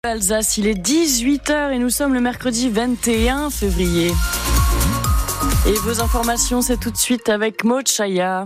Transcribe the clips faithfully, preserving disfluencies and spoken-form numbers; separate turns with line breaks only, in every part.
Alsace, il est dix-huit heures et nous sommes le mercredi vingt et un février. Et vos informations, c'est tout de suite avec Maud Chaya.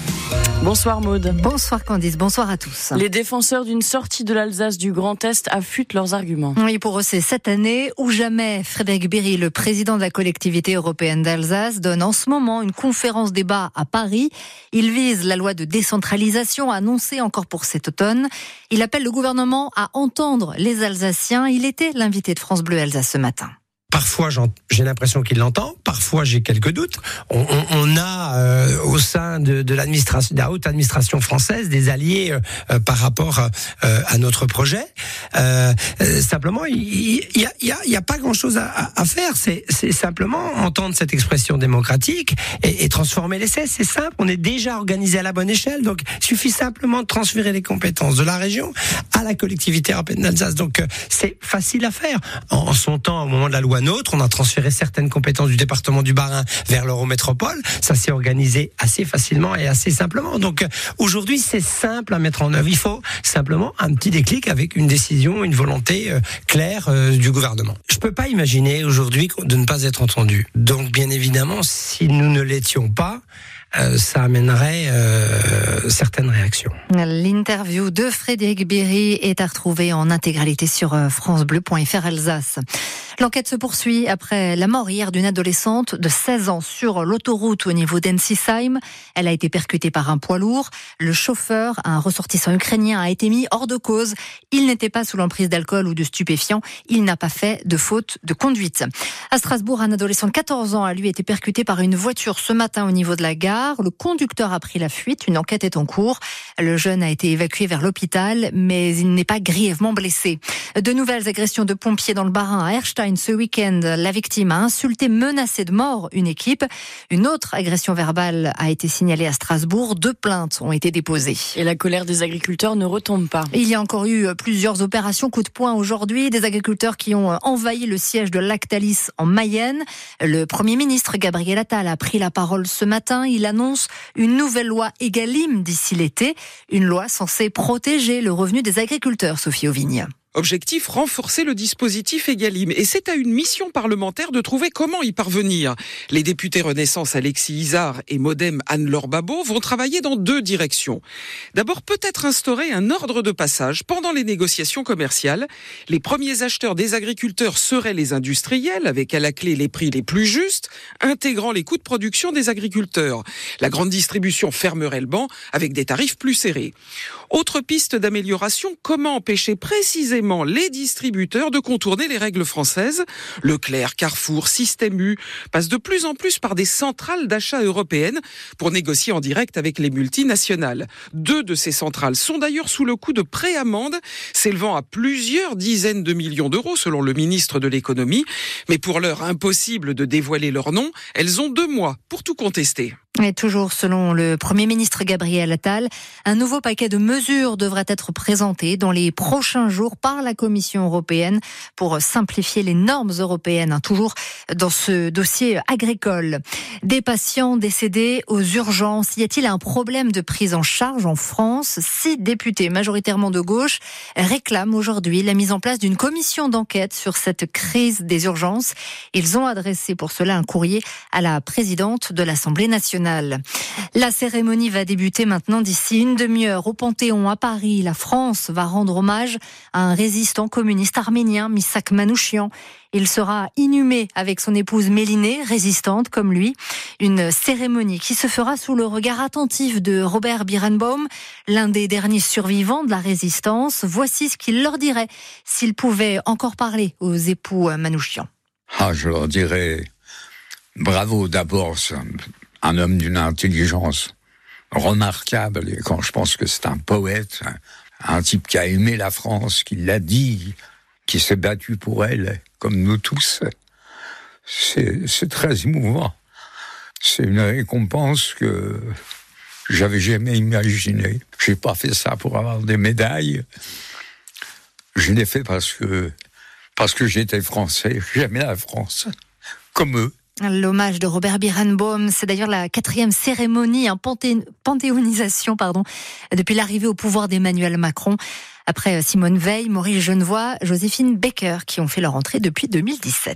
Bonsoir Maud.
Bonsoir Candice, bonsoir à tous.
Les défenseurs d'une sortie de l'Alsace du Grand Est affûtent leurs arguments.
Oui, pour eux, c'est cette année ou jamais. Frédéric Bierry, le président de la collectivité européenne d'Alsace, donne en ce moment une conférence débat à Paris. Il vise la loi de décentralisation annoncée encore pour cet automne. Il appelle le gouvernement à entendre les Alsaciens. Il était l'invité de France Bleu Alsace ce matin.
Parfois, j'ai l'impression qu'il l'entend. Parfois, j'ai quelques doutes. On, on, on a euh, au sein de, de l'administration, de la haute administration française, des alliés euh, par rapport euh, à notre projet. Euh, euh, simplement, il y a, il y a, il y a pas grand-chose à, à faire. C'est, c'est simplement entendre cette expression démocratique et, et transformer l'essai. C'est simple. On est déjà organisé à la bonne échelle. Donc, il suffit simplement de transférer les compétences de la région à la collectivité européenne d'Alsace. Donc, euh, c'est facile à faire. En, en son temps, au moment de la loi Nôtre, on a transféré certaines compétences du département du Bas-Rhin vers l'Eurométropole. Ça s'est organisé assez facilement et assez simplement. Donc aujourd'hui, c'est simple à mettre en œuvre. Il faut simplement un petit déclic avec une décision, une volonté euh, claire euh, du gouvernement. Je peux pas imaginer aujourd'hui de ne pas être entendu. Donc bien évidemment, si nous ne l'étions pas, Euh, ça amènerait euh, certaines réactions.
L'interview de Frédéric Bierry est à retrouver en intégralité sur francebleu point fr Alsace. L'enquête se poursuit après la mort hier d'une adolescente de seize ans sur l'autoroute au niveau d'Ensisheim. Elle a été percutée par un poids lourd. Le chauffeur, un ressortissant ukrainien, a été mis hors de cause. Il n'était pas sous l'emprise d'alcool ou de stupéfiants. Il n'a pas fait de faute de conduite. À Strasbourg, un adolescent de quatorze ans a lui été percuté par une voiture ce matin au niveau de la gare. Le conducteur a pris la fuite. Une enquête est en cours. Le jeune a été évacué vers l'hôpital, mais il n'est pas grièvement blessé. De nouvelles agressions de pompiers dans le Bas-Rhin à Erstein ce week-end. La victime a insulté, menacé de mort une équipe. Une autre agression verbale a été signalée à Strasbourg. Deux plaintes ont été déposées.
Et la colère des agriculteurs ne retombe pas.
Il y a encore eu plusieurs opérations coup de poing aujourd'hui. Des agriculteurs qui ont envahi le siège de Lactalis en Mayenne. Le Premier ministre Gabriel Attal a pris la parole ce matin. Il annonce une nouvelle loi Egalim d'ici l'été. Une loi censée protéger le revenu des agriculteurs, Sophie Auvigne.
Objectif, renforcer le dispositif Egalim. Et c'est à une mission parlementaire de trouver comment y parvenir. Les députés Renaissance Alexis Isard et Modem Anne-Laure Babot vont travailler dans deux directions. D'abord, peut-être instaurer un ordre de passage pendant les négociations commerciales. Les premiers acheteurs des agriculteurs seraient les industriels, avec à la clé les prix les plus justes, intégrant les coûts de production des agriculteurs. La grande distribution fermerait le banc avec des tarifs plus serrés. Autre piste d'amélioration, comment empêcher précisément les distributeurs de contourner les règles françaises. Leclerc, Carrefour, Système U passent de plus en plus par des centrales d'achat européennes pour négocier en direct avec les multinationales. Deux de ces centrales sont d'ailleurs sous le coup de préamende, s'élevant à plusieurs dizaines de millions d'euros selon le ministre de l'économie. Mais pour l'heure, impossible de dévoiler leur nom. Elles ont deux mois pour tout contester.
Et toujours selon le Premier ministre Gabriel Attal, un nouveau paquet de mesures devrait être présenté dans les prochains jours par la Commission européenne pour simplifier les normes européennes, hein, toujours dans ce dossier agricole. Des patients décédés aux urgences. Y a-t-il un problème de prise en charge en France ? Six députés, majoritairement de gauche, réclament aujourd'hui la mise en place d'une commission d'enquête sur cette crise des urgences. Ils ont adressé pour cela un courrier à la présidente de l'Assemblée nationale. La cérémonie va débuter maintenant d'ici une demi-heure au Panthéon à Paris. La France va rendre hommage à un résistant communiste arménien, Misak Manouchian. Il sera inhumé avec son épouse Mélinée, résistante comme lui. Une cérémonie qui se fera sous le regard attentif de Robert Birenbaum, l'un des derniers survivants de la résistance. Voici ce qu'il leur dirait s'il pouvait encore parler aux époux Manouchian.
Ah, je leur dirais bravo d'abord. Un homme d'une intelligence remarquable, et quand je pense que c'est un poète, un type qui a aimé la France, qui l'a dit, qui s'est battu pour elle, comme nous tous, c'est, c'est très émouvant. C'est une récompense que j'avais jamais imaginée. J'ai pas fait ça pour avoir des médailles. Je l'ai fait parce que, parce que j'étais français, j'aimais la France, comme eux.
L'hommage de Robert Birenbaum, c'est d'ailleurs la quatrième cérémonie, un panthé- panthéonisation, pardon, depuis l'arrivée au pouvoir d'Emmanuel Macron. Après Simone Veil, Maurice Genevoix, Joséphine Baker qui ont fait leur entrée depuis deux mille dix-sept.